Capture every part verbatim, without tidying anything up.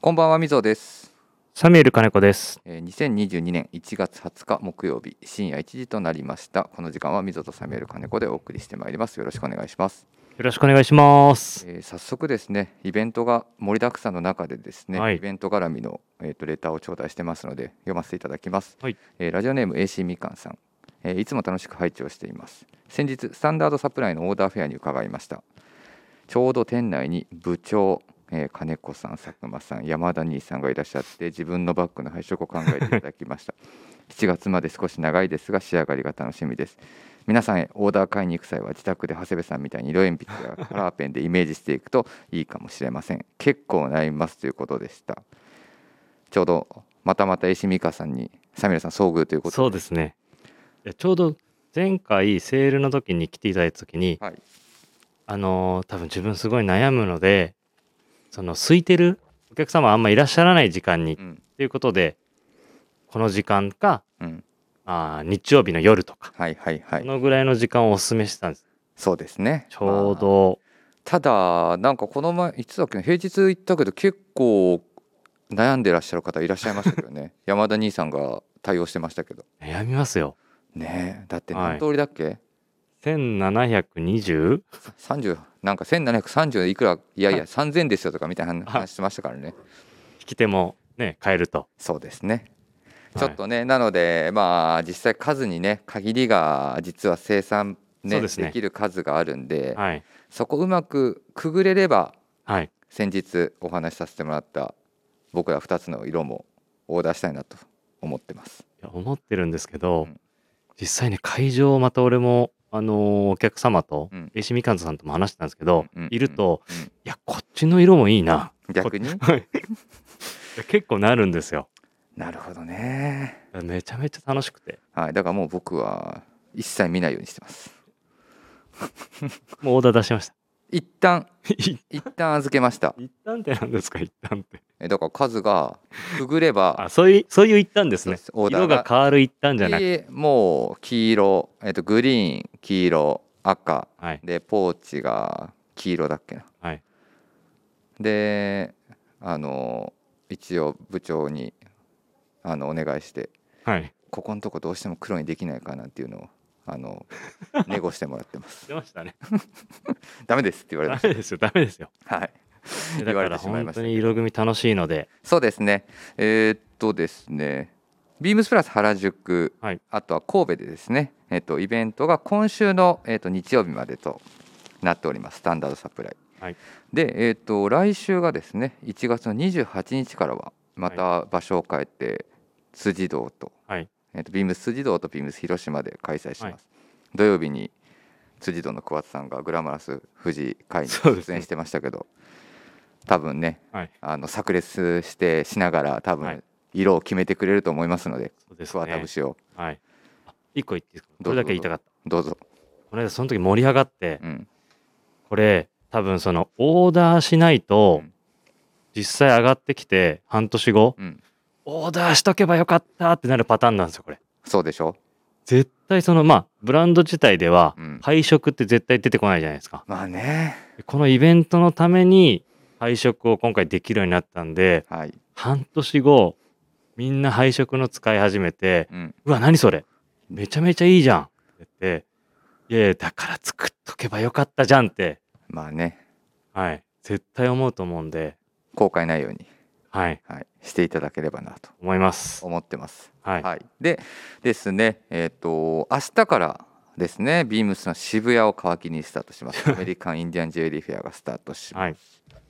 こんばんは、みぞです。 サミュエル金子です。 えーにせんにじゅうにねんいちがつはつか木曜日深夜いちじとなりました。この時間はみぞとサミュエル金子でお送りしてまいります。よろしくお願いします。 よろしくお願いします。 えー早速ですね、イベントが盛りだくさんの中でですね、 はいイベント絡みの、えーとレターを頂戴してますので読ませていただきます。 はい。 えーラジオネーム エーシー みかんさん、えーいつも楽しく拝聴しています。先日スタンダードサプライのオーダーフェアに伺いました。ちょうど店内に部長、えー金子さん、佐久間さん、山田兄さんがいらっしゃって、自分のバッグの配色を考えていただきました。しちがつまで少し長いですが仕上がりが楽しみです。皆さんへオーダー買いに行く際は自宅で長谷部さんみたいに色鉛筆やカラーペンでイメージしていくといいかもしれません。結構悩みますということでした。ちょうどまたまた石美香さんにサミュエルさん遭遇ということで。 そうですね。いやちょうど前回セールの時に来ていただいた時に、 はい、 あのー多分自分すごい悩むので、その空いてるお客様あんまいらっしゃらない時間にっうんていうことで、この時間か、 うん、 あー日曜日の夜とか、 はいはいはい、 このぐらいの時間をお勧めしてたんです。 そうですね。 ちょうまあど、 ただなんかこの前いつだっけな、平日行ったけど結構悩んでらっしゃる方いらっしゃいましたけどね。山田兄さんが対応してましたけど悩みますよ。 ね。えだって何はい。 通りだっけ、 せんななひゃくにじゅう？ さんじゅうなんかせんななひゃくさんじゅういくら、いやいはやさんぜんですよとかみたいなあ話してましたからね。 引き手もね、買えると。 そうですね。ちはい。 ょっとね、なのでまあ実際数にね限りが実は生産ねでそうですね。 きる数があるんで、 はい。 そこうまくくぐれればはい。 先日お話しさせてもらった僕らふたつの色もオーダーしたいなと思ってます。 いや思ってるんですけど、 うん実際ね、会場また俺も、あのーお客様と、 うんエーシー みかんさんとも話してたんですけど、 うんうんいると、 うんいや、こっちの色もいいな。 逆にこはい。いや結構なるんですよ。 なるほどね。 めちゃめちゃ楽しくて。 はい、だからもう僕は一切見ないようにしてます。 もうオーダー出しました。 一旦い一旦預けました。 一旦って何ですか、一旦って。 えだから数がくぐればあ、そういう、そういう一旦ですね。 そうですオーダー色がが変わる一旦じゃなくて。 いえもう黄色、えっと、グリーン黄色赤はい。 でポーチが黄色だっけな。 はい。 であの一応部長にあのお願いしてはい。 ここのとこどうしても黒にできないかなっていうのをあのネゴしてもらってます出ましたね。 ダメですって言われましダメですよ、ダメですよ。 た。はいだ言われから本てしまいましたけど当に色組楽しいので、 そうですね。えーっとですね、ビームスプラス原宿、 はい。 あとは神戸でですね、えっとイベントが今週の、えっと日曜日までとなっております。スタンダードサプライ。 はい。 で、えっと来週がですね、いちがつのにじゅうはちにちからはまた場所を変えて辻堂と、 はい。 えっとビームス辻堂とビームス広島で開催しはい。 ます。土曜日に辻堂の桑田さんがグラマラス富士会にそうですね出演してましたけど、多分ね、 はい。 あの炸裂してしながら多分はい。 色を決めてくれると思いますので、 そうです桑田ね。 節をはい。あ、一個言っていいですか。こどうぞれだけ言いたかった。 どうぞ。 この間その時盛り上がって、 うんこれ多分そのオーダーしないうとん実際上がってきて半年後、 うん、 オーダーしとけばよかったってなるパターンなんですよ、これ。 そうでしょ。 絶対その、まあ、ブランド自体ではうん配色って絶対出てこないじゃないですか。 まあね、 このイベントのために配色を今回できるようになったんで、 はい、 半年後、みんな配色の使い始めて、 うん、 うわ、何それめちゃめちゃいいじゃんって言って、いやいや、だから作っとけばよかったじゃんって、 まあね、 はい、絶対思うと思うんで、 後悔ないように、 はい、 はい、していただければなと思います。 思ってます。 はい。 はい、でですね、えっ、と明日からですね、ビームスの渋谷を皮切りにスタートします。アメリカンインディアンジュエリーフェアがスタートします。 はい。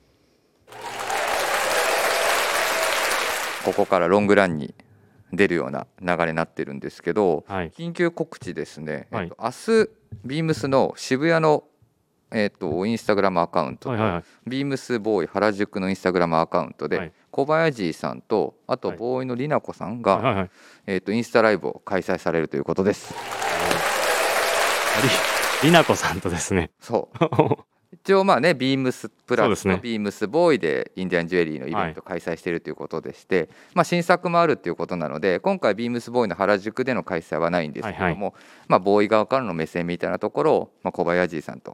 ここからロングランに出るような流れになってるんですけど、 はい。 緊急告知ですね、 はいえっと、明日ビームスの渋谷の、えっと、インスタグラムアカウントと、 はいはいはい。 ビームスボーイ原宿のインスタグラムアカウントで、 はい小林さんとあとはいボーイのりなこさんが、 はいはいはい。 えっと、インスタライブを開催されるということです。 り、りなこさんとですね。 そう一応まあね、ビームスプラスそうですね。 とビームスボーイでインディアンジュエリーのイベントを開催しているということでして、まあ、新作もあるということなので、今回ビームスボーイの原宿での開催はないんですけども、 はいはい。 まあ、ボーイ側からの目線みたいなところを、まあ、小林さんと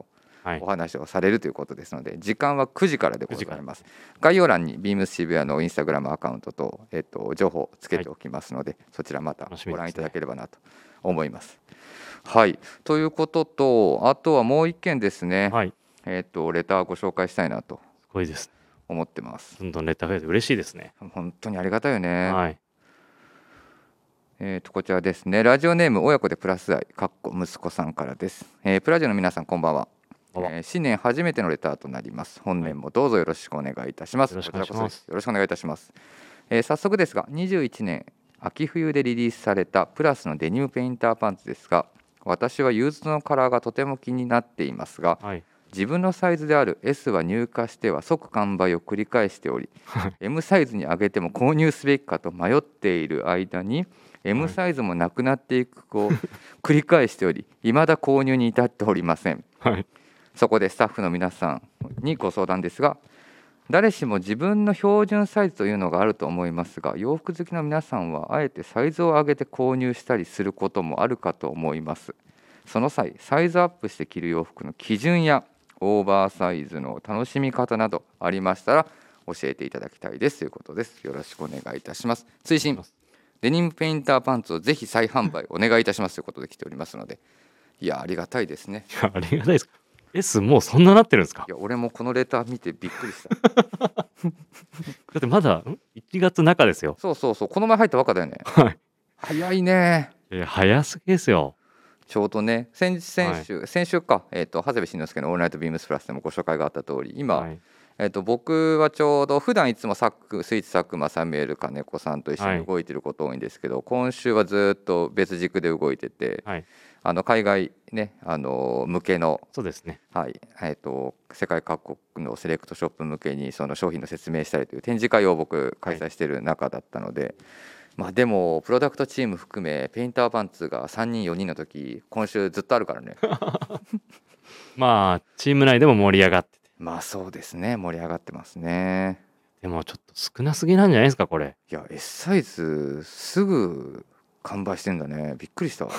はいお話をされるということですので、時間はくじからでございます。概要欄にビームス渋谷のインスタグラムアカウントと、えっと、情報をつけておきますので、はい、そちらまたご覧いただければなと思います。はい、ということと、あとはもう一件ですね、 はい、 えっと、レターをご紹介したいなとすごいです。 思ってます。 どんどんレター増えて嬉しいですね。 本当にありがたいよね。 はい。 えー、とこちらですね、ラジオネーム親子でプラス愛かっこ息子さんからです。えー、プラジオの皆さんこんばんは。えー、新年初めてのレターとなります。本年もどうぞよろしくお願いいたします。 よろしくお願いします。 よろしくお願いいたします。えー、早速ですが、にじゅういちねん秋冬でリリースされたプラスのデニムペインターパンツですが、私はユーズのカラーがとても気になっていますが、はい、自分のサイズである エス は入荷しては即完売を繰り返しておりエム サイズに上げても購入すべきかと迷っている間にエム サイズもなくなっていくを繰り返しており、未だ購入に至っておりません。はい、そこでスタッフの皆さんにご相談ですが、誰しも自分の標準サイズというのがあると思いますが、洋服好きの皆さんはあえてサイズを上げて購入したりすることもあるかと思います。その際、サイズアップして着る洋服の基準やオーバーサイズの楽しみ方などありましたら教えていただきたいですということです。よろしくお願いいたします。追伸、デニムペインターパンツをぜひ再販売お願いいたしますということで来ておりますので、いやありがたいですね。 いやありがたいです。 S もうそんななってるんですか？ いや俺もこのレター見てびっくりしただってまだいちがつなかですよ。 そうそうそう、この前入ったばっかだよね。 はい、 早いね。 いや早すぎですよ。ちょうどね、先先週、はい、先週か、えーと、長谷部慎之介のオールナイトビームスプラスでもご紹介があった通り、今、はい、えーと、僕はちょうど普段いつもサックスイーツ佐久間サミュエル金子さんと一緒に動いてること多いんですけど、はい、今週はずっと別軸で動いてて、はい、あの海外ね、あの向けのそうですね、 はいえーと、世界各国のセレクトショップ向けにその商品の説明したりという展示会を僕開催している中だったので、はい、まあ、でもプロダクトチーム含めペインターパンツがさんにんよにんの時今週ずっとあるからねまあチーム内でも盛り上がってて、 まあそうですね、盛り上がってますね。 でもちょっと少なすぎなんじゃないですかこれ。 いや S サイズすぐ完売してんだね、びっくりした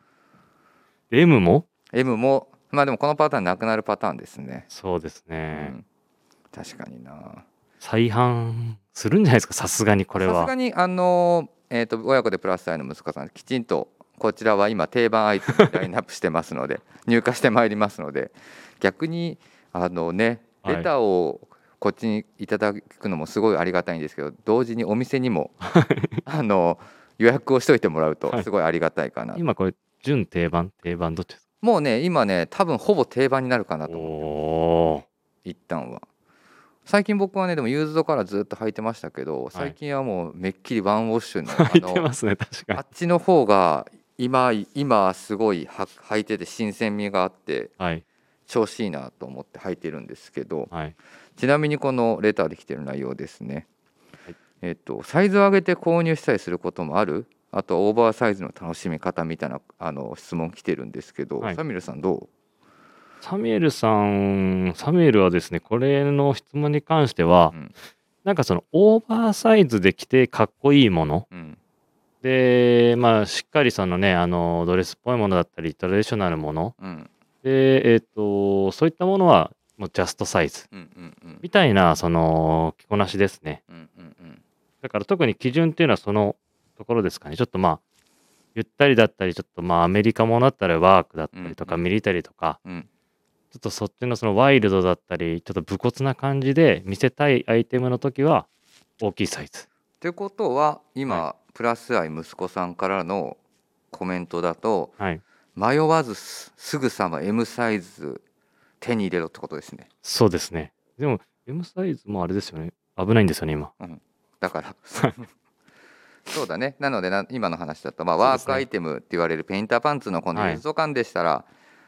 M も M もまあでもこのパターンなくなるパターンですね。 そうですね、うん、 確かにな。 再販するんじゃないですか、さすがにこれは。 さすがにあの、えー、と親子でプラス愛の息子さんきちんとこちらは今定番アイテムにラインナップしてますので入荷してまいりますので、逆にあのねレターをこっちにいただくのもすごいありがたいんですけど、同時にお店にもあの予約をしといてもらうとすごいありがたいかな、はい、 今これ準定番定番どっちですか？ もうね今ね多分ほぼ定番になるかなと思って一旦は。最近僕はねでもユーズドからずっと履いてましたけど、最近はもうめっきりワンウォッシュの履いてますね、確かにあっちの方が今今すごい履いてて新鮮味があって、はい、調子いいなと思って履いてるんですけど、はい、ちなみにこのレターで来てる内容ですね、はい、えっとサイズを上げて購入したりすることもある？あとオーバーサイズの楽しみ方みたいなあの質問来てるんですけど、はい、サミュエルさんどう？ サミュエルさん、サミュエルはですね、これの質問に関しては、うん、なんかそのオーバーサイズで着てかっこいいもの、うん、で、まあしっかりそのね、あのドレスっぽいものだったり、トラディショナルもの、うん、で、えっと、そういったものはもうジャストサイズ、うんうんうん、みたいなその着こなしですね、うんうんうん。だから特に基準っていうのはそのところですかね。ちょっとまあ、ゆったりだったり、ちょっとまあアメリカものだったらワークだったりとか、うんうん、ミリタリーとか、うん、ちょっとそっちのそのワイルドだったりちょっと武骨な感じで見せたいアイテムの時は大きいサイズ。 ってことは今、はい、プラス愛息子さんからのコメントだと、はい、迷わずすぐさま エム サイズ手に入れろってことですね。 そうですね。でも エム サイズもあれですよね、危ないんですよね今、うん、 だからそうだね。なのでな今の話だと、まあ、ワークアイテムって言われるペインターパンツのこのユーズド感でしたら、はい、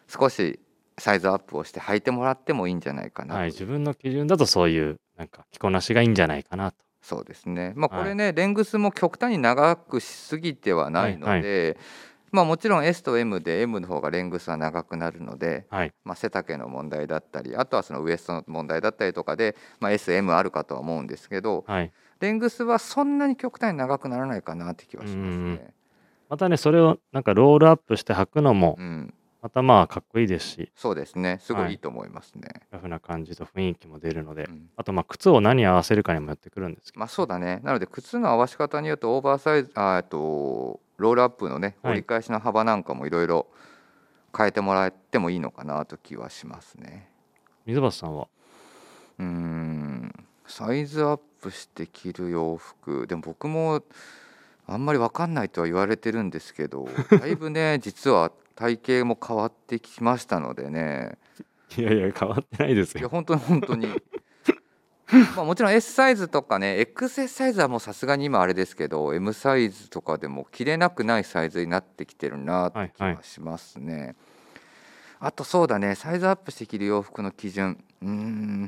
少しサイズアップをして履いてもらってもいいんじゃないかなと、 はい、自分の基準だとそういうなんか着こなしがいいんじゃないかなと。 そうですね、まあ、これね、はい、レングスも極端に長くしすぎてはないので、はいはい、まあ、もちろん S と M で M の方がレングスは長くなるので、はい、まあ、背丈の問題だったりあとはそのウエストの問題だったりとかで、まあ、エスエム あるかとは思うんですけど、はい、レングスはそんなに極端に長くならないかなって気はしますね。 またねそれをなんかロールアップして履くのも、うん、 またまあかっこいいですし、 そうですね。すごはいいいいいと思いますね。 ラフな感じと雰囲気も出るので、 うん。 あとまあ靴を何合わせるかにもよってくるんですけま、 どね。 そうだね。なので靴の合わし方によってオーバーサイズあ、えっと、ロールアップのね、 はい。 折り返しの幅なんかもいろいろ変えてもらってもいいのかなと気はしますね。 溝端さんは？ うーん、サイズアップして着る洋服、でも僕もあんまり分かんないとは言われてるんですけど、だいぶね、実は体型も変わってきましたのでね。 いやいや、変わってないですいや、 よ。 ほんとにほんとに。まあ、もちろん S サイズとかね、エックスエス サイズはもうさすがに今あれですけど、M サイズとかでも着れなくないサイズになってきてるなって気はいはい。 はしますね。あとそうだね、サイズアップして着る洋服の基準、うーん、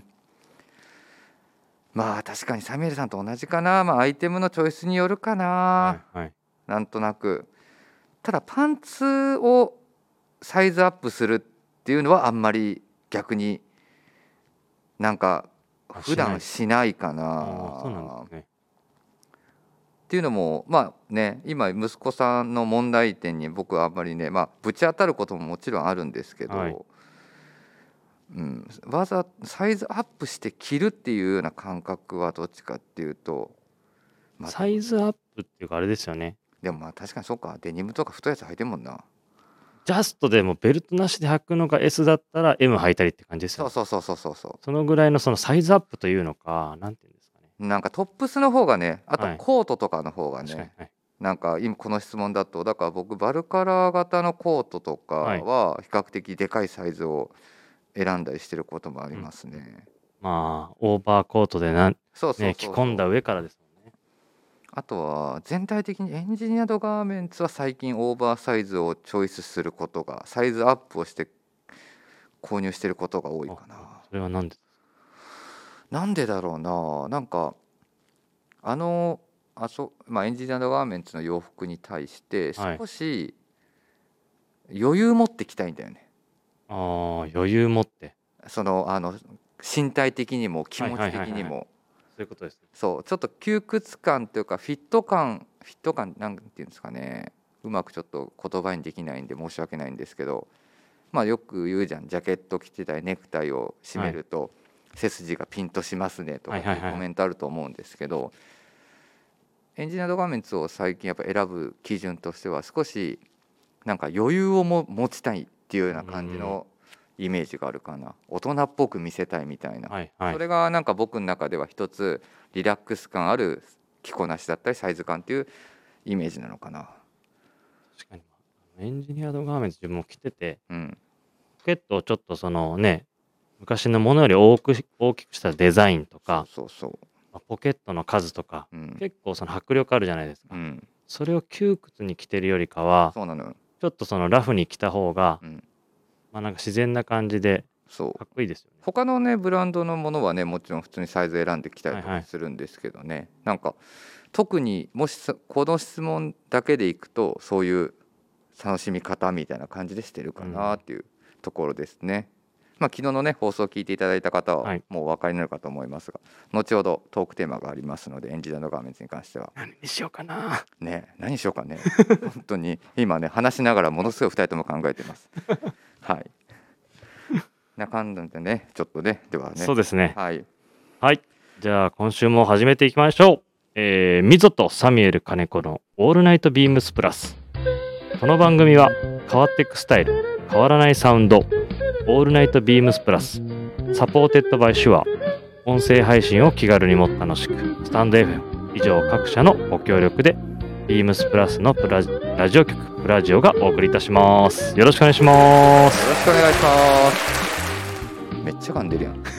まあ確かにサミュエルさんと同じかな、まあ、アイテムのチョイスによるかな、 はいはい。 なんとなく。ただパンツをサイズアップするっていうのはあんまり逆になんかあ、 普段しない。 しないかああ、そうなんでな。 すね。 っていうのもまあね、今息子さんの問題点に僕はあんまりね、まあぶち当たることももちろんあるんですけはい。 ど、うん、わざサイズアップして着るっていうような感覚はどっちかっていうと、まあでサもイズアップっていうかあれですよね。 でもまあ確かにそうか、デニムとか太いやつ履いてんもんな。 ジャストでもベルトなしで履くのが S だったら M 履いたりって感じですよね。 そうそうそうそうそうそそのぐらいのそのサイズアップというのか、なんていうんですかね。 う。なんかトップスの方がね、あとはい。 コートとかの方がね、 確かに。はい。 なんか今この質問だと、だから僕バルカラー型のコートとかはい。 は比較的でかいサイズを選んだりしてることもありうん。 ますね。 まあ、オーバーコートでなんそうそうね、着そうそう。 込んだ上からですもんね。 あとは全体的にエンジニアドガーメンツは最近オーバーサイズをチョイスすることが、サイズアップをして購入してることが多いあ、 かな。 あ、それはなんで？ なんでだろうな。なんかあのあそ、まあ、エンジニアドガーメンツの洋服に対してはい。 少し余裕持ってきたいんだよね。 ああ、余裕持って。 そのあの身体的にも気はい持ちはいはいはいはい。 的にも。 そういうことですね。 そうちょっと窮屈感というかフィット感フィット感なんていうんですかね、うまくちょっと言葉にできないんで申し訳ないんですけど、まあよく言うじゃん、ジャケット着てたりネクタイを締はい。 めると背筋がピンとしますねとはかっていういはいはいはい。 コメントあると思うんですけど、エンジニアドガーメンツを最近やっぱ選ぶ基準としては少しなんか余裕をも持ちたいっていうよううーな感じん。 のイメージがあるかな。大人っぽく見せたいみたいな。 はいはい。 それがなんか僕の中では一つリラックス感ある着こなしだったりサイズ感っていうイメージなのかな。 確かに。あのエンジニアードガーメンツ自分も着てて、 うん。 ポケットをちょっとそのね、昔のものより多くし大きくしたデザインとそうか、 そうそま、ポケットの数とか、 う。うん。 結構その迫力あるじゃないですか。 うん。 それを窮屈に着てるよりかは、 そうなのよ。 ちょっとそのラフに着た方が、 うん。 ま、なんか自然な感じでそう。 かっこいいですよね。 他のねブランドのものはねもちろん普通にサイズ選んできたりとかはいはい。 するんですけどね、なんか特にもしさこの質問だけでいくとそういう楽しみ方みたいな感じでしてるかなうん。 っていうところですね。まあ昨日のね放送を聞いていただいた方ははい。 もうお分かりになるかと思いますが、後ほどトークテーマがありますので、エンジニアの画面に関しては何にしようかな。 ね、何しようかね本当に今ね話しながらものすごいふたりとも考えてます。はい。な感じでね、ちょっとね、ではね、 そうですね。 はい。 はい。じゃあ今週も始めていきましょう。えー、ミゾとサミュエル金子のオールナイトビームスプラス。この番組は変わっていくスタイル、変わらないサウンド、オールナイトビームスプラス、サポーテッドバイシュア、音声配信を気軽にもっと楽しく、スタンド エフエム、以上各社のご協力で、ビームスプラスのプラジラジオ局、プラジオがお送りいたします。よろしくお願いしまよろす。 しくお願いします。めっちゃ噛んでるやん。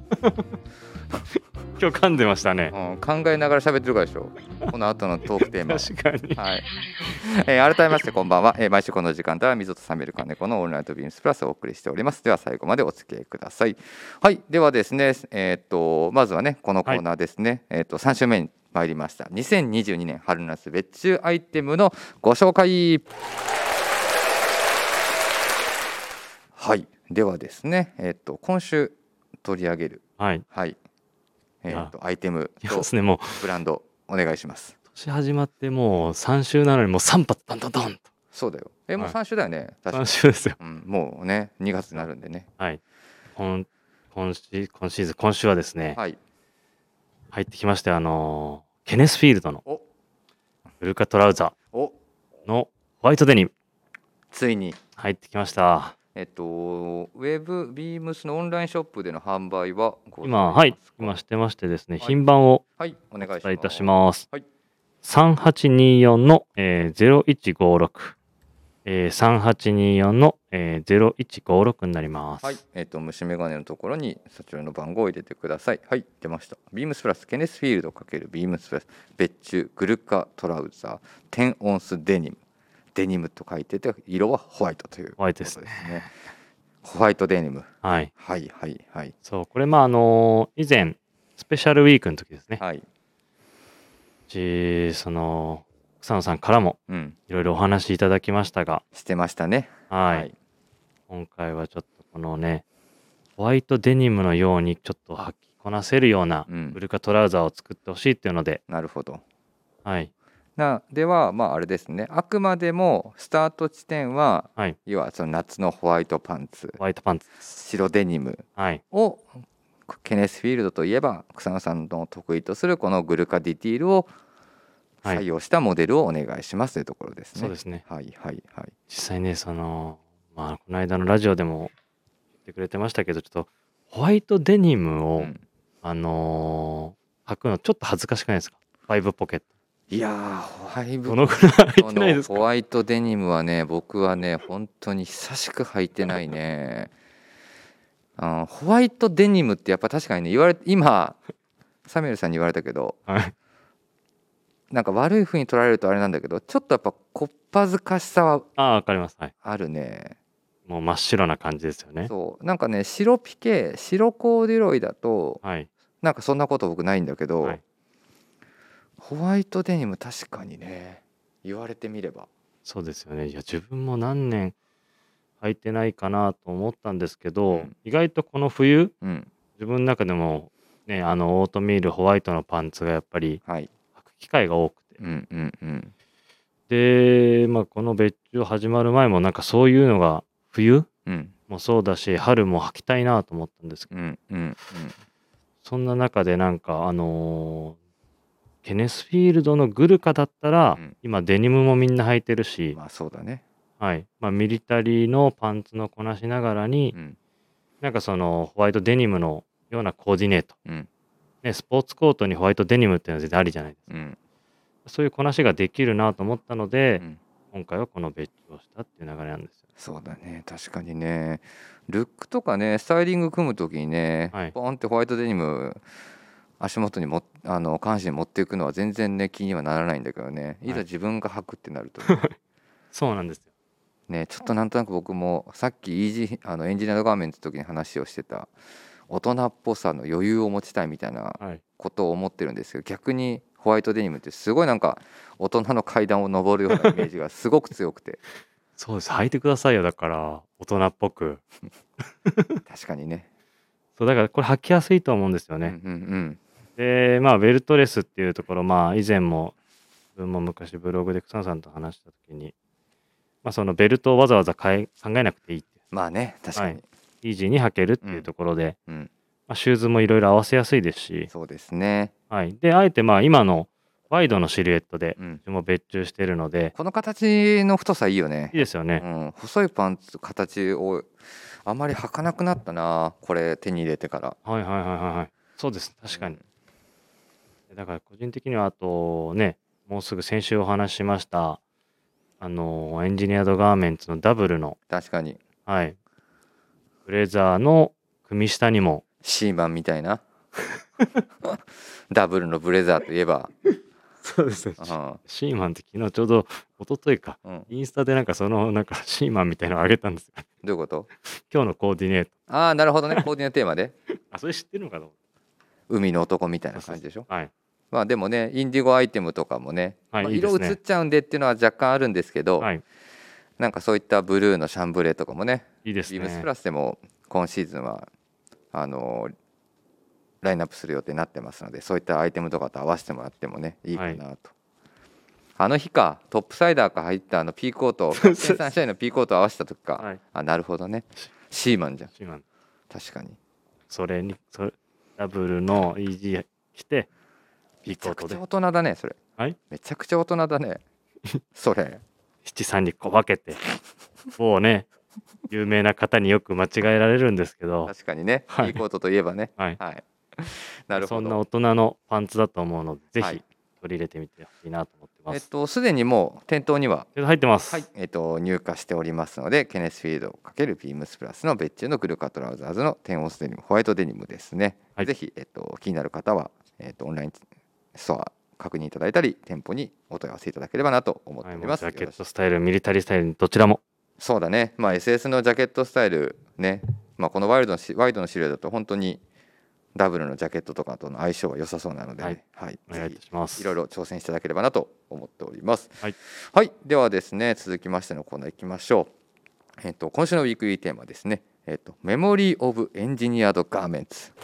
今日噛んでましたね。 うん、考えながら喋ってるからでしょ。この後のトークテーマ。 確かに。 はい。えー改めましてこんばんは。えー毎週この時間では溝とサミュエル金子のオールナイトビームスプラスをお送りしております。では最後までお付き合いください。はい。ではですね、えーっとまずはねこのコーナーですね。えーっとさん週目に参りました。にせんにじゅうにねん春夏別注アイテムのご紹介。はい。ではですね、えーっと今週取り上げるはい。 はいえーっとアイテムといきますね。もうブランドお願いします。 年始まってもうさん週なのにもうさん発ドンドンドンと。 そうだよ。えもうはいさん週だよね。確かさん週ですよ。 に、うん、もうねにがつになるんでね。 はい。今今シ今シーズン今週はですね、 はい。 入ってきまして、あのーケネスフィールドのおウルカトラウザおのホワイトデニムついに入ってきました。 えっとウェブビームスのオンラインショップでの販売はござい今、 ますか。 はい、今してましてですね、 はい品番をはいお願いします。 お伝えいたします。 はい。 さんはちにーよんの、えー、ゼロいちごろく、えー、さんはちにーよんの、えー、ゼロいちごろくになります。 はい、えっ、と虫眼鏡のところにそちらの番号を入れてください。はい、出ました。ビームスプラスケネスフィールド×ビームスプラス別注グルカトラウザーテンオンスデニムデニムと書いてて色はホワイトというホワイトですね。 ホワイトデニム。 はい。 はいはいはい。 そう、これまああのー以前スペシャルウィークの時ですね。 はい。 ちその草野さんからもうん。 いろいろお話しいただきましたが、 してましたね。 はい。 はい今回はちょっとこのね、ホワイトデニムのようにちょっと履きこなせるようなうんウルカトラウザーを作ってほしいっていうので、 なるほど。 はい。 なではまああれですね。あくまでもスタート地点は、 はい。 要はその夏のホワイトパンツ、 ホワイトパンツです。 白デニムはい。 をケネスフィールドといえば草野さんの得意とするこのグルカディティールをはい採用したモデルをお願いしますというところですね。 そうですね。 はいはいはい。 実際ね、その、まあ、この間のラジオでも言ってくれてましたけど、ちょっとホワイトデニムを、 うんあのー履くのちょっと恥ずかしくないですか？ファイブポケット。 いやーホワイどのぐらい履いてないですか？ ホワイトデニムはね僕はね本当に久しく履いてないね。あホワイトデニムってやっぱ確かにね言われ今サミュエルさんに言われたけどはい。 なんか悪い風に取られるとあれなんだけどちょっとやっぱこっぱずかしさはああ、わかります。はい。 あるね。 もう真っ白な感じですよね。 そうなんかね白ピケ白コーデュロイだとはい。 なんかそんなこと僕ないんだけど、 はい。 ホワイトデニム確かにね言われてみればそうですよね。いや、自分も何年履いてないかなと思ったんですけど、 うん意外とこの冬、 うん自分の中でも、ね、あの、オートミールホワイトのパンツがやっぱりはい履く機会が多くて。 うんうんうんで、まあ、この別注始まる前もなんかそういうのが冬うんもそうだし、春も履きたいなと思ったんですけど、 うんうんそんな中でなんかあのーケネスフィールドのグルカだったら、 うん今デニムもみんな履いてるうんし、 まあそうだね。 はい。まあ、ミリタリーのパンツのこなしながらに、 うんなんかそのホワイトデニムのようなコーディネート。 うんね、スポーツコートにホワイトデニムっていうのは全然ありじゃないですか。 うんそういうこなしができるなと思ったので、 うん今回はこの別注をしたっていう流れなんですよ。 そうだね確かにねルックとかねスタイリング組む時にね、 はいポンってホワイトデニム足元にもあの下半身に持っていくのは全然ね気にはならないんだけどねいざ自分が履くってなるとね、 そうなんですよ。 ねちょっとなんとなく僕もさっきイージーあのエンジニアドガーメンツの時に話をしてた大人っぽさの余裕を持ちたいみたいなはい。 ことを思ってるんですけど逆にホワイトデニムってすごいなんか大人の階段を上るようなイメージがすごく強くてそうです。履いてくださいよ。だから、大人っぽく。 確かにね。 そう、だからこれ履きやすいと思うんですようんうね。 んで、まあ、ベルトレスっていうところ、まあ、以前も、自分も昔ブログで草野さんと話したときに、まあ、そのベルトをわざわざ変え考えなくていいって。 まあね確かに、 はいイージーに履けるっていうところで、 うんまあ、シューズもいろいろ合わせやすいですし、 そうですね、 はい。で、あえてまあ、今のワイドのシルエットで、 うん、 自分も別注してるので、 この形の太さいいよねいいですよね。 うん、細いパンツ形をあまり履かなくなったなこれ手に入れてからはいはいはいはいはい。そうです。確かに。だから個人的にはあとね、もうすぐ先週お話ししました、あのエンジニアドガーメンツのダブルの、 確かにはい、ブレザーの組下にも、 シーマンみたいなダブルのブレザーといえば、 そうですね。 うんシーマンって昨日ちょうど、一昨日か、 うん、 インスタでなんかそのなんかシーマンみたいなのをあげたんですよ。 どういうこと今日のコーディネート。 ああなるほどねコーディネートテーマであ、それ知ってるのかと思海の男みたいな感じでしょう。はい。 まあでもねインディゴアイテムとかもね、まあはいいいですね色移っちゃうんでっていうのは若干あるんですけど、 はい。 なんかそういったブルーのシャンブレーとかもねいいですビームスプね。 ラスでも今シーズンはあのラインナップする予定になってますのでそういったアイテムとかと合わせてもらってもねいいかなと、 あの日か、トップサイダーが入ったあの P コート、キャプテンサンシャインの P コートを合わせた時か。 はい。 あ、なるほどね。シーマンじゃん。 シーマン。 確かに。 それに、それダブルのイージー着て、P めちコートで。 ゃくちゃ大人だね、それ。 はい。 めちゃくちゃ大人だね。それ。 七三に小分けて、某ね、有名な方によく間違えられるんですけど、 確かにね、 はい P コートといえばね。 はい。 はい。なるほそんな大ど。 人のパンツだと思うので、ぜはいひ取り入れてみてほしいなと思ってます。 えっと、すでにもう店頭には、 けど入ってます。 はい、えっと、入荷しておりますので、ケネスフィールド×ビームスプラスの別注のグルカトラウザーズのテンオスデニム、ホワイトデニムですね。 はいぜひ、えっと、気になる方は、えっと、オンラインストア確認いただいたり、店舗にお問い合わせいただければなと思ってはい、 おります。 もうジャケよろしットスタイル、ミリタリースタイル、どちらも。 そうだね、まあ、エスエス のジャケットスタイルね、まあ、このワイルドのしワイドのシルエットだと本当にダブルのジャケットとかとの相性は良さそうなので、 はいはいお願いいぜたします。 ひいろいろ挑戦していただければなと思っております。 はい、 はい、ではですね、続きましてのコーナーいきましょう。えっと、今週のウィークリーテーマですね、えっと、メモリー・オブ・エンジニアード・ガーメンツ。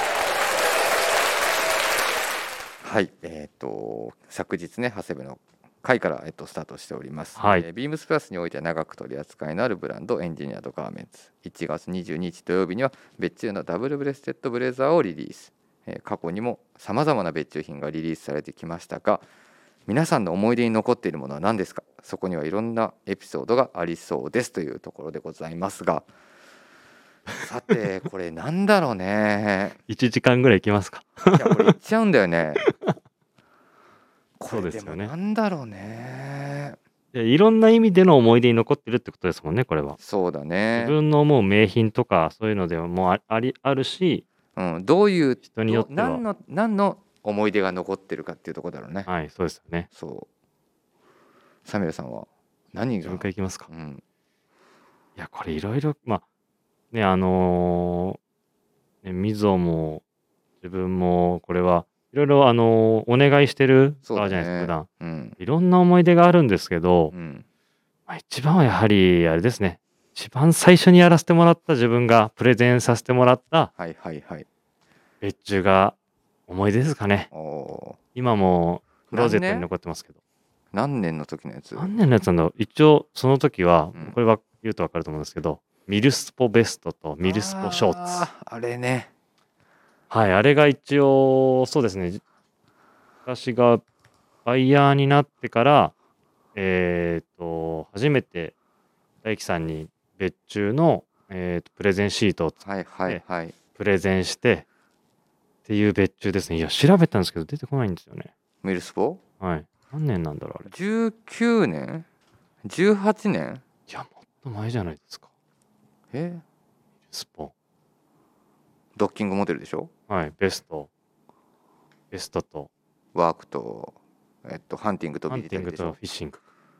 はい、えっと、昨日ね、長谷部の回から、えっと、スタートしております。 はいえービームスプラスにおいては長く取り扱いのあるブランドエンジニアード・ガーメンツ。いちがつにじゅうににち土曜日には別注のダブルブレステッドブレザーをリリース。えー過去にもさまざまな別注品がリリースされてきましたが、皆さんの思い出に残っているものは何ですか。そこにはいろんなエピソードがありそうですというところでございますが、さてこれなんだろうね。 いちじかんぐらいいきますか。 いやこれいっちゃうんだよね。こそうれでもですよねなんだろうね。 いやいろんな意味での思い出に残ってるってことですもんね、これは。 そうだね自。分の思う名品とか、そういうのでもあありあるし、 うん、どういう人によってはど何の何の思い出が残ってるかっていうところだろうね。 はい、そうですよね。 そう。サミュエルさんは何が自分からいきますか。 うんいや、これいろいろ、まあ、ね、あのーね、みぞも、自分も、これは、いろいろ、あのーお願いしてるそうだ側じゃないですか、普ね。 段。 うんいろんな思い出があるんですけどう、んまあ、一番はやはり、あれですね、一番最初にやらせてもらった自分がプレゼンさせてもらったはいはいはい。 別注が思い出ですかね。 おお今もクローゼットに何年残ってますけど。 何年の時のやつ。 何年のやつなんだろう。一応、その時はうん、 これは言うとわかると思うんですけど、ミルスポベストとミルスポショーツ。 あーあれね。 はい、あれが一応、そうですね。私がバイヤーになってから、えっと、初めて大樹さんに別注の、えーとプレゼンシートを作っはいはいはい。 プレゼンしてっていう別注ですね。いや、調べたんですけど出てこないんですよね。 ミルスポはい。何年なんだろう、あれ。 じゅうきゅうねん ?じゅうはち 年いや、もっと前じゃないですか。 えスポ。 ドッキングモデルでしょ。 はい、ベスト。ベストと、 ワークと、えっと、ハンティングとハンティングとビリタリーでしょ。 フィッシング。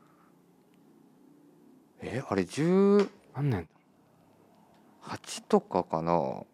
えあれじゅう何年だはちとかかな。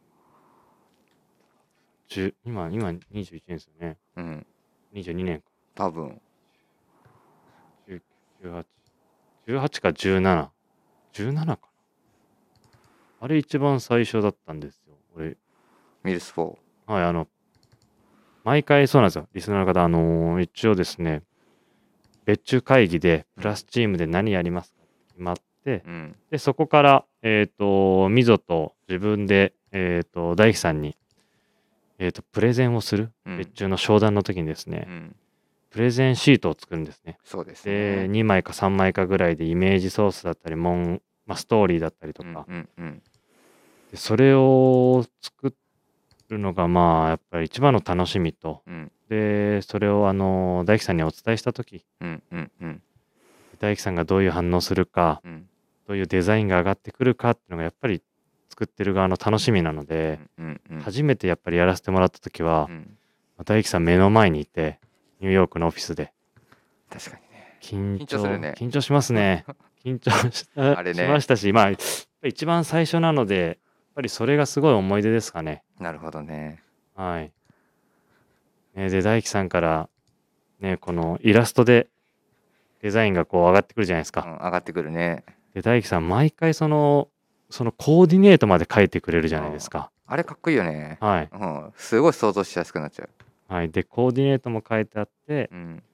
じゅう今、今にじゅういちねんですよね。 うんにじゅうにねんか。 多分じゅうはち。じゅうはちかじゅうなな。じゅうななかな。あれ一番最初だったんですよ。俺、 ミルスフォー。 はい、あの、毎回そうなんですよ。リスナーの方、あのー一応ですね、別注会議で、プラスチームで何やりますかって決まって、 うんで、そこから、えっ、と、みぞと自分で、えっ、と、大樹さんに、えっ、と、プレゼンをする、 うん別注の商談の時にですね、 うんプレゼンシートを作るんですね。 そうですで、 ね。 にまいかさんまいかぐらいでイメージソースだったり、もん、まあ、ストーリーだったりとか、 うんうんうんでそれを作るのが、まあ、やっぱり一番の楽しみと、 うんで、それを、あの、大樹さんにお伝えした時、 うんうんうん大樹さんがどういう反応するか、 うんどういうデザインが上がってくるかっていうのが、やっぱり作ってる側の楽しみなので、 うんうん初めてやっぱりやらせてもらった時はう、ん大樹さん目の前にいて、ニューヨークのオフィスで、 確かにね。 緊張緊張するね緊張しますね。緊張したあれねしましたし、まあ、やっぱり一番最初なので、やっぱりそれがすごい思い出ですかね。 なるほどね。 はい。ねで、大樹さんから、ね、このイラストでデザインがこう上がってくるじゃないですか。 うん上がってくるね。 で、大樹さん、毎回その、そのコーディネートまで書いてくれるじゃないですか。 あれかっこいいよね。 はい。 うんすごい想像しやすくなっちゃう。 はい。で、コーディネートも書いてあって、 うん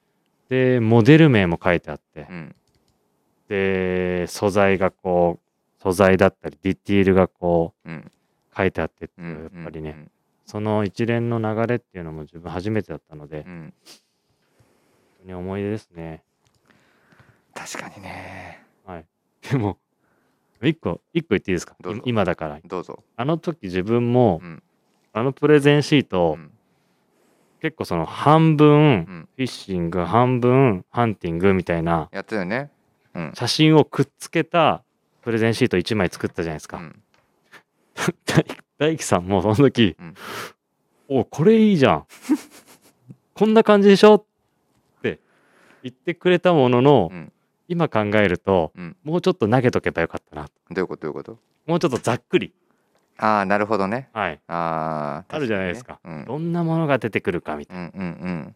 でモデル名も書いてあって、 うん、 で素材がこう素材だったりディティールがこう、うん、書いてあってっていう、やっぱりね、うんうんうん、その一連の流れっていうのも自分初めてだったので、うん、本当に思い出ですね。 確かにね。 はい。でも一個一個言っていいですか？今だから。 どうぞ。 あの時自分も、うん、あのプレゼンシート、うん、結構その半分、うん、フィッシング半分ハンティングみたいなやったよね、 うん、写真をくっつけたプレゼンシートいちまい作ったじゃないですか、うん、大樹さんもその時、うん、おこれいいじゃんこんな感じでしょって言ってくれたものの、うん、今考えると、うん、もうちょっと投げとけばよかったな。 どういうことどういうこと？ もうちょっとざっくり。 ああなるほどね。 はい。 ああるじゃないですか、うん、どんなものが出てくるかみたいな。うんうんうん。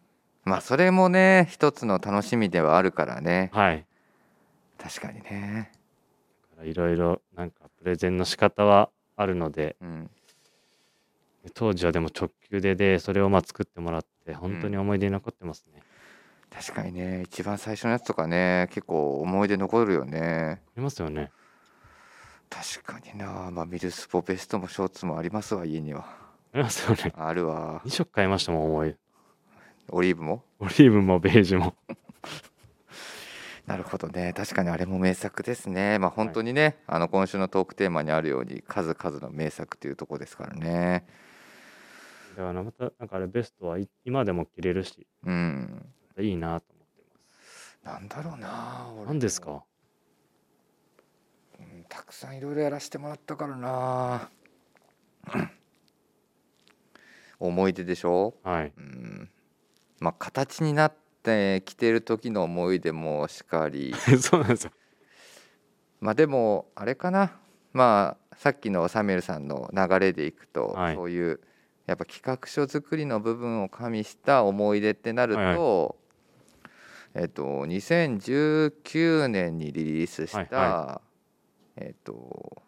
まあそれもね一つの楽しみではあるからね。 はい。 確かにね。 いろいろなんかプレゼンの仕方はあるので、うん、当時はでも直球ででそれをまあ作ってもらって本当に思い出に残ってますね、 うん、確かにね一番最初のやつとかね結構思い出残るよね。 ありますよね。 確かにな。まあミルスポベストもショーツもありますわ家には。 ありますよね。 あるわ。 にしょく買いましたもん思い。 オリーブもオリーブもベージュもなるほどね。確かにあれも名作ですね。まあ本当にね、はい、あの今週のトークテーマにあるように数々の名作というところですからね。 だからまたなんかあれベストは今でも着れるし、うん、いいなと思ってます。なんだろうな。 何ですか？ うん、たくさんいろいろやらせてもらったからな。思い出でしょ。 はい。 うん、まあ形になって着てる時の思い出もしかり。 そうなんですよ。 まあでもあれかな。まあさっきのサミュエルさんの流れでいくと、はい、そういうやっぱ企画書作りの部分を加味した思い出ってなると、はいはい、えっとにせんじゅうきゅうねんにリリースした、はいはい、えっと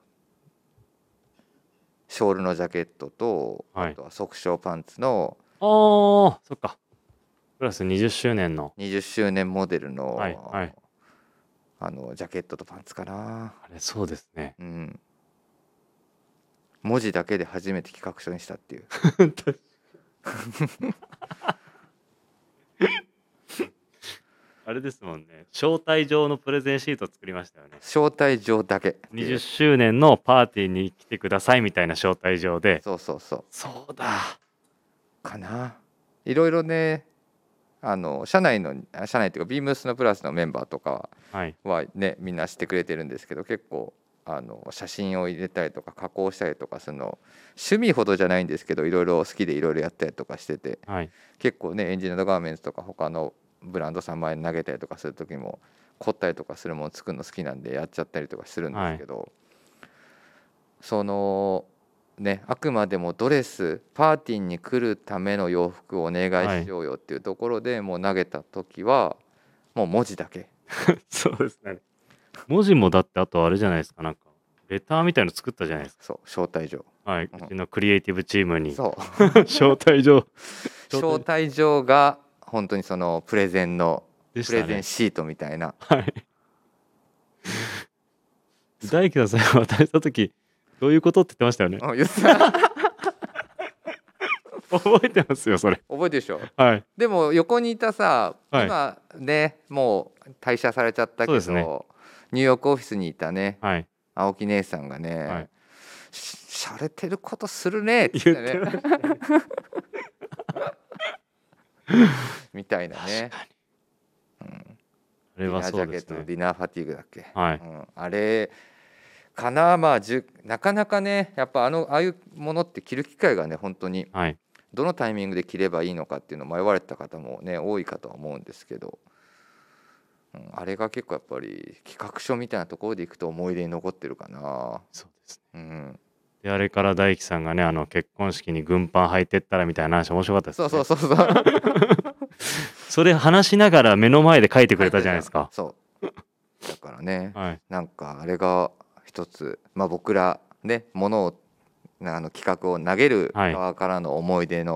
ショールのジャケットと、はい、あとは速衝パンツのああそっかプラスにじゅっしゅうねんのにじゅっしゅうねんモデルの、 はいはい、 あのジャケットとパンツかな。 あれそうですね、 うん、文字だけで初めて企画書にしたっていうあれですもんね、招待状のプレゼンシート作りましたよね。 招待状だけにじゅっしゅうねんのパーティーに来てくださいみたいな招待状で。 そうそうそうそうだかな。いろいろねあの社内の社内っていうかビームスのプラスのメンバーとかはね、はい、みんな知ってくれてるんですけど、結構あの写真を入れたりとか加工したりとかするの趣味ほどじゃないんですけどいろいろ好きでいろいろやったりとかしてて、はい、結構ねエンジニアドガーメンツとか他のブランドさん前に投げたりとかする時も凝ったりとかするもの作るの好きなんでやっちゃったりとかするんですけど、はい、そのねあくまでもドレスパーティーに来るための洋服をお願いしようよっていうところで、はい、もう投げた時はもう文字だけそうですね。文字もだってあとあれじゃないですか、なんかレターみたいの作ったじゃないですか。 そう招待状、 はい、うちのクリエイティブチームにそう招待状招待状が本当にそのプレゼンの、ね、プレゼンシートみたいな、 はい、大樹さん最後渡した時どういうことって言ってましたよね。 言った覚えてますよそれ。 覚えてるでしょ、はい、でも横にいたさ、はい、今ねもう退社されちゃったけど、ね、ニューヨークオフィスにいたね、はい、青木姉さんがね、はい、し, しゃれてることするねって言ってねみたいなね。確かに、うん、あれはそうですね。ディナージャケットディナーファティーグだっけ、はい、うん、あれかな。まあじゅなかなかねやっぱあのああいうものって着る機会がね本当に、はい、どのタイミングで着ればいいのかっていうのを迷われた方もね多いかとは思うんですけど、うん、あれが結構やっぱり企画書みたいなところでいくと思い出に残ってるかな。 そうですね、うん、であれから大樹さんがねあの結婚式に軍パン履いてったらみたいな話面白かったですね。 そうそうそうそうそれ話しながら目の前で書いてくれたじゃないですか。 そうだからね、はい、なんかあれが一つ、まあ、僕らねものをあの企画を投げる側からの思い出の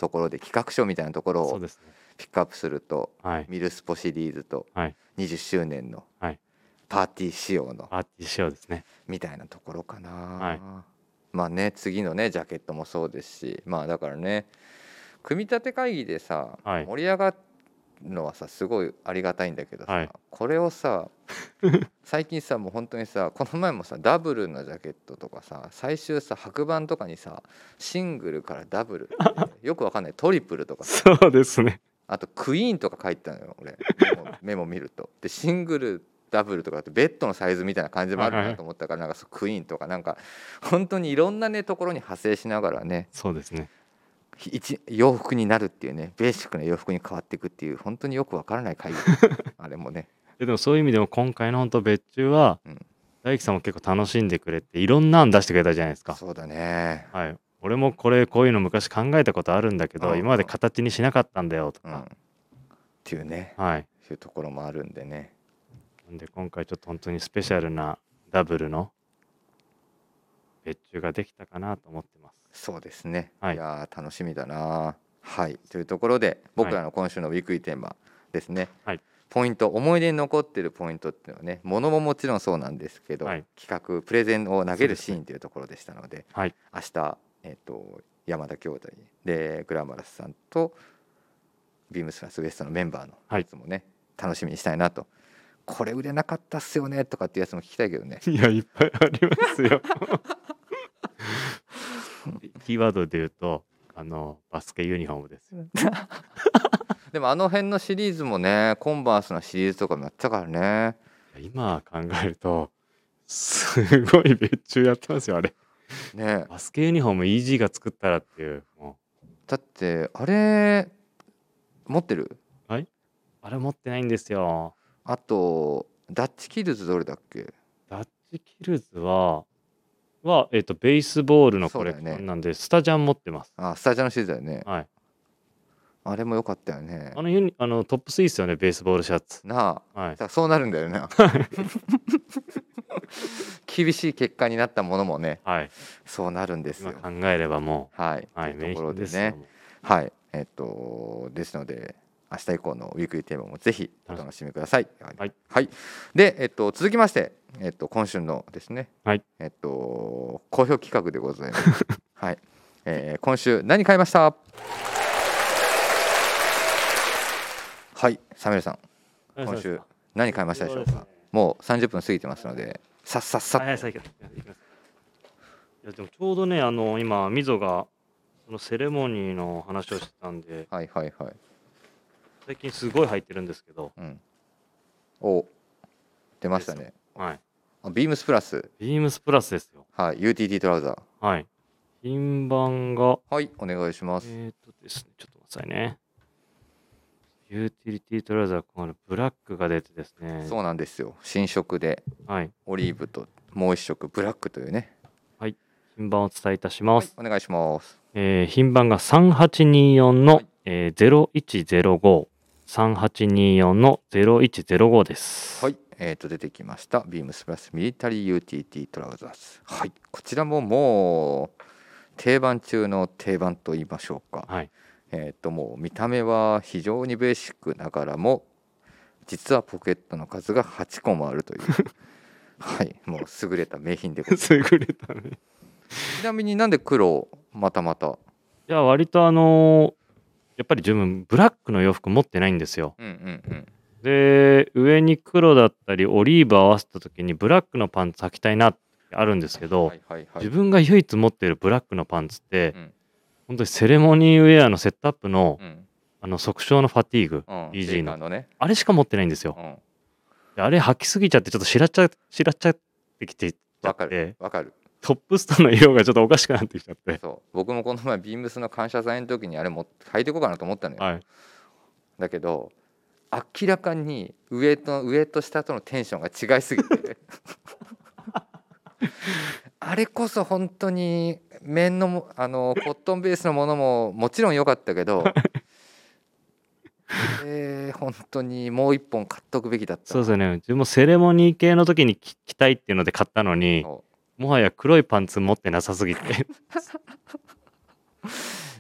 ところで企画書みたいなところをそうですね。 ピックアップすると、 はい。 ミルスポシリーズとはい。 にじゅっしゅうねんのはい。 パーティー仕様のパーティー仕様ですね。 みたいなところかな、 はい。 まあね次のねジャケットもそうですし、まあだからね組み立て会議でさ、 はい。 盛り上がるのはさすごいありがたいんだけどさ、 はい。 これをさ最近さもう本当にさこの前もさダブルのジャケットとかさ最終さ白板とかにさシングルからダブルってよくわかんないトリプルとかさそうですね。 あとクイーンとか書いてたのよ俺メモ、メモ見るとでシングルダブルとかってベッドのサイズみたいな感じでもあるなと思ったから、なんかそうクイーンとかなんか本当にいろんなねところに派生しながらねそうですね。 一洋服になるっていうねベーシックな洋服に変わっていくっていう本当によくわからない会議あれもねででもそういう意味でも今回の本当別注は、 うん大樹さんも結構楽しんでくれていろんな案出してくれたじゃないですか。 そうだねはい。俺もこれこういうの昔考えたことあるんだけど、 うん今まで形にしなかったんだよとうんっか、 ていうねはい。 そういうところもあるんでねなんで今回ちょっと本当にスペシャルなダブルの別注ができたかなと思ってます。 そうですね、 はいいやー楽しみだなはいというところで僕らの今週のウィークリーテーマですね、 はい。 ポイント思い出に残っているポイントっていうのはねものももちろんそうなんですけど、 はい企画プレゼンを投げるそうですねシーンというところでしたのではい。 明日、えっと山田兄弟でグラマラスさんとビームスプラスウエストのメンバーのはいやつもね、楽しみにしたいなとこれ売れなかったっすよねとかっていうやつも聞きたいけどねいや、いっぱいありますよ。キーワードで言うと、あの、バスケユニフォームですよ。 でもあの辺のシリーズもねコンバースのシリーズとかもやったからね今考えると、すごい別注やってますよ、あれ。 ねバスケユニフォーム イージー が作ったらっていう。もだってあれ持ってるうはいあれ持ってないんですよ。 あとダッチキルズどれだっけダッチキルズは、は、えっ、と、ベースボールのコレクシそうだよねョンなんで、スタジャン持ってます。 あスタジャンのシリーズだよねはい。 あれも良かったよねあのユニ、あのトップスいいっすよね、ベースボールシャツ。 なあはい。 さそうなるんだよな厳しい結果になったものもねはい。 そうなるんです今よ考えればもはい、 う、はい、名というところで品ですよ。 ねもうはいえっとですので明日以降のウィークリーテーマもぜひお楽しみくださいはい、 はい、で、えっと、続きまして、えっと、今週のですね、 はいえっと、好評企画でございますはい、えー今週何買いましたはいサメルさん今週何買いましたでしょうかもうさんじゅっぷん過ぎてますのでさっさっさっとはいはい、さあ行きます行きますいやでもちょうどね、あの今、みぞがそのセレモニーの話をしてたんで、 はいはいはい最近すごい入ってるんですけど、 うんお出ましたねはい、 あビームスプラスビームスプラスですよ。 はい ユーティーティー トラウザーはい。品番が、 はいお願いしますえーとですね、ちょっと待ってくださいね。ユーティリティトラウザー、このブラックが出てですね、 そうなんですよ新色ではい。 オリーブともう一色ブラックというね品番をお伝えいたしまはいす。 お願いしますえー品番がさんはちによんの、 はいえーゼロいちゼロご、さんはちによんのゼロいちゼロごです。 はいえー、と出てきましたビームスプラスミリタリー ユーティーティー トラウザーズはいこちらももう定番中の定番と言いましょうかはい。 えっ、ともう見た目は非常にベーシックながらも実はポケットの数がはちこもあるというはいもう優れた名品でございます優れたね。 ちなみになんで黒またまたいや、割とあのーやっぱり自分、ブラックの洋服持ってないんですよ。 うんうんうんで、上に黒だったり、オリーブ合わせた時にブラックのパンツ履きたいなってあるんですけど、 はいはいはい自分が唯一持っているブラックのパンツって、 うん本当にセレモニーウェアのセットアップの、 うんあの即勝のファティーグ、 うんイージー のシェイカーのねあれしか持ってないんですよ。 うんであれ履きすぎちゃってちょっとしらっちゃしらっちゃってきてちゃわかるって、 わかるトップスとの色がちょっとおかしくなってきちゃって、 そう僕もこの前ビームスの感謝祭の時にあれも履いていこうかなと思ったのよ、 はい、 だけど明らかに上と上と下とのテンションが違いすぎてあれこそ本当に綿のもあのコットンベースのものももちろん良かったけどえー、本当にもう一本買っとくべきだったそうですよね。自分もセレモニー系の時に着着たいっていうので買ったのに、 そもはや黒いパンツ持ってなさすぎてう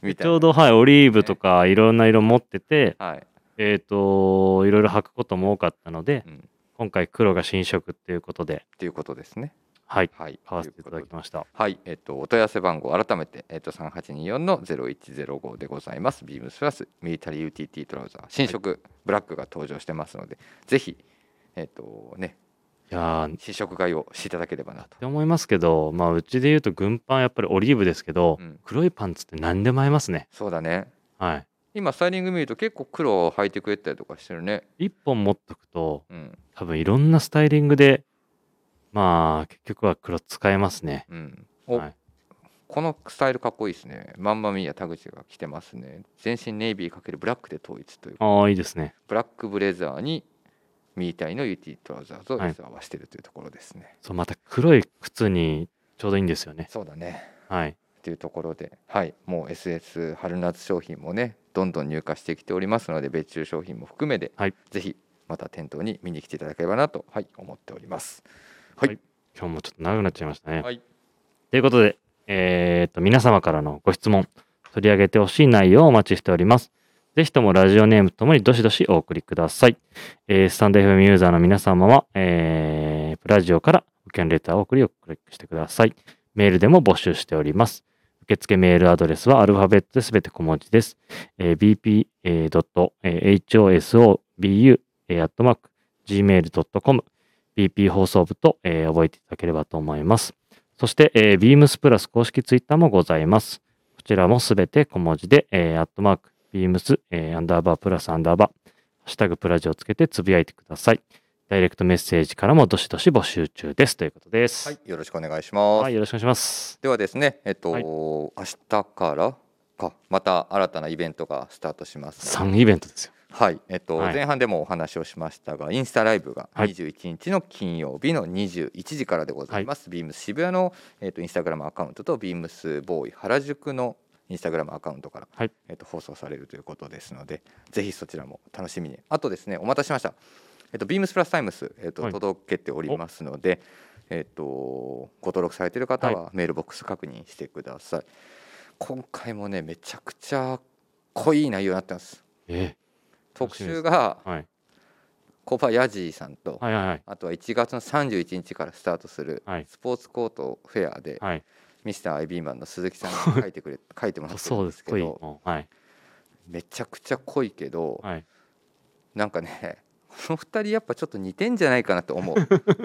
みたいな、 ちょうど、はい、オリーブとかいろんな色持ってて、 はい、 えっ、といろいろ履くことも多かったので、 うん、 今回黒が新色っていうことで、 っていうことですね。 はい、 はい、 買わせていただきました。 はい、えっと、お問い合わせ番号改めて、えっと、さんはちによんのゼロいちゼロごでございます。ビームスプラスミリタリー ユーティーティー トラウザー新色、はい、ブラックが登場してますので、ぜひえっとねいや試食買いをしていただければなと。 って思いますけど、まあうちで言うと軍パンやっぱりオリーブですけど、うん、黒いパンツって何でも合いますね。 そうだね。 はい。 今スタイリング見ると結構黒を履いてくれたりとかしてるね。 一本持っとくと、 うん、 多分いろんなスタイリングでまあ結局は黒使えますね。 うん。お、 はい、 このスタイルかっこいいですね。マンマミーヤ田口が着てますね。全身ネイビー×ブラックで統一という。 ああいいですね。 ブラックブレザーにミリタリーの ユーティー トラウザーズを合わせてるというところですね。 はい、そうまた黒い靴にちょうどいいんですよね。 そうだね。 はい。 というところで、はい、もう エスエス 春夏商品もねどんどん入荷してきておりますので、別注商品も含めて、はい、ぜひまた店頭に見に来ていただければなと、はい、思っております。はい、はい、 今日もちょっと長くなっちゃいましたね。 はい、 ということで、えー、っと皆様からのご質問、取り上げてほしい内容をお待ちしております。ぜひともラジオネームともにどしどしお送りください。えー、スタンド エフエム ユーザーの皆様は、えー、プラジオからご意見レターを送りをクリックしてください。メールでも募集しております。受付メールアドレスはアルファベットですべて小文字です。えー、ビーピードットエイチオーエスオービーユー アットマーク ジーメールドットコム ビーピー 放送部と、えー、覚えていただければと思います。そして、えー、ビームス プラス公式ツイッターもございます。こちらもすべて小文字で、えー、アットマーク、ビームス、えー、アンダーバープラスアンダーバー、ハッシュタグプラジをつけてつぶやいてください。ダイレクトメッセージからもどしどし募集中ですということです。 はい、よろしくお願いします。 はい、よろしくお願いします。 ではですね、えっと、はい、明日からかまた新たなイベントがスタートします。 さんイベントですよ。 はい、えっと、はい、前半でもお話をしましたが、インスタライブがにじゅういちにちの金曜日のにじゅういちじからでございます。はい、ビームス渋谷の、えっと、インスタグラムアカウントとビームスボーイ原宿のインスタグラムアカウントから、はい、えっと、放送されるということですので、ぜひそちらも楽しみに。あとですね、お待たせしました。えっと、ビームスプラスタイムス、えっと、はい、届けておりますので、えっと、ご登録されている方はメールボックス確認してください。はい、今回もね、めちゃくちゃ濃い内容になってます。 えー、 特集が、はい、コバヤジーさんと、 はいはいはい、 あとはいちがつのさんじゅういちにちからスタートするスポーツコートフェアで、はい、ミスター アイビーマンの鈴木さんが書いてくれ書いてもらってるんですけどはい、 めちゃくちゃ濃いけど、はい、なんかねこのふたりやっぱちょっと似てんじゃないかなと思う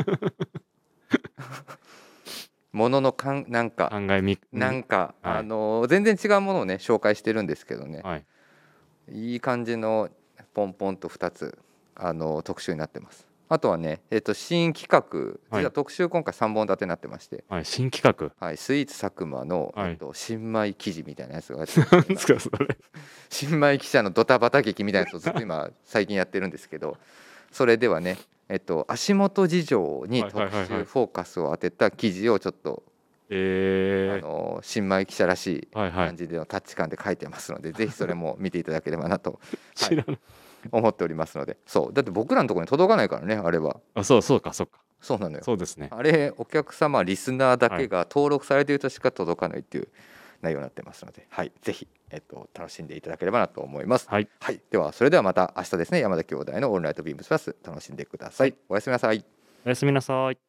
もののかんなんか考えみなんか、はい、あの全然違うものをね紹介してるんですけどね、はい、いい感じのポンポンとふたつあの特集になってます。あとはね、えー、と新企画、実は特集今回さんぼん立てになってまして、 はい、新企画、 はい、スイーツ佐久間の、はい、えー、と新米記事みたいなやつが新米記者のドタバタ劇みたいなやつをずっと今最近やってるんですけどそれではね、えー、と足元事情に特集フォーカスを当てた記事をちょっと、えー、あの新米記者らしい感じでのタッチ感で書いてますので、はいはい、ぜひそれも見ていただければなと、はい、思っておりますので。そうだって僕らのところに届かないからね、あれは。 あ、そうそうかそうか、 そうなのよ。 そうですね。 あれお客様リスナーだけが登録されているとしか届かないっていう内容になってますので、はい、ぜひ、えっと、楽しんでいただければなと思います。はい、はい、ではそれではまた明日ですね、山田兄弟のオールナイトビームスプラス楽しんでください。おやすみなさい。 おやすみなさい。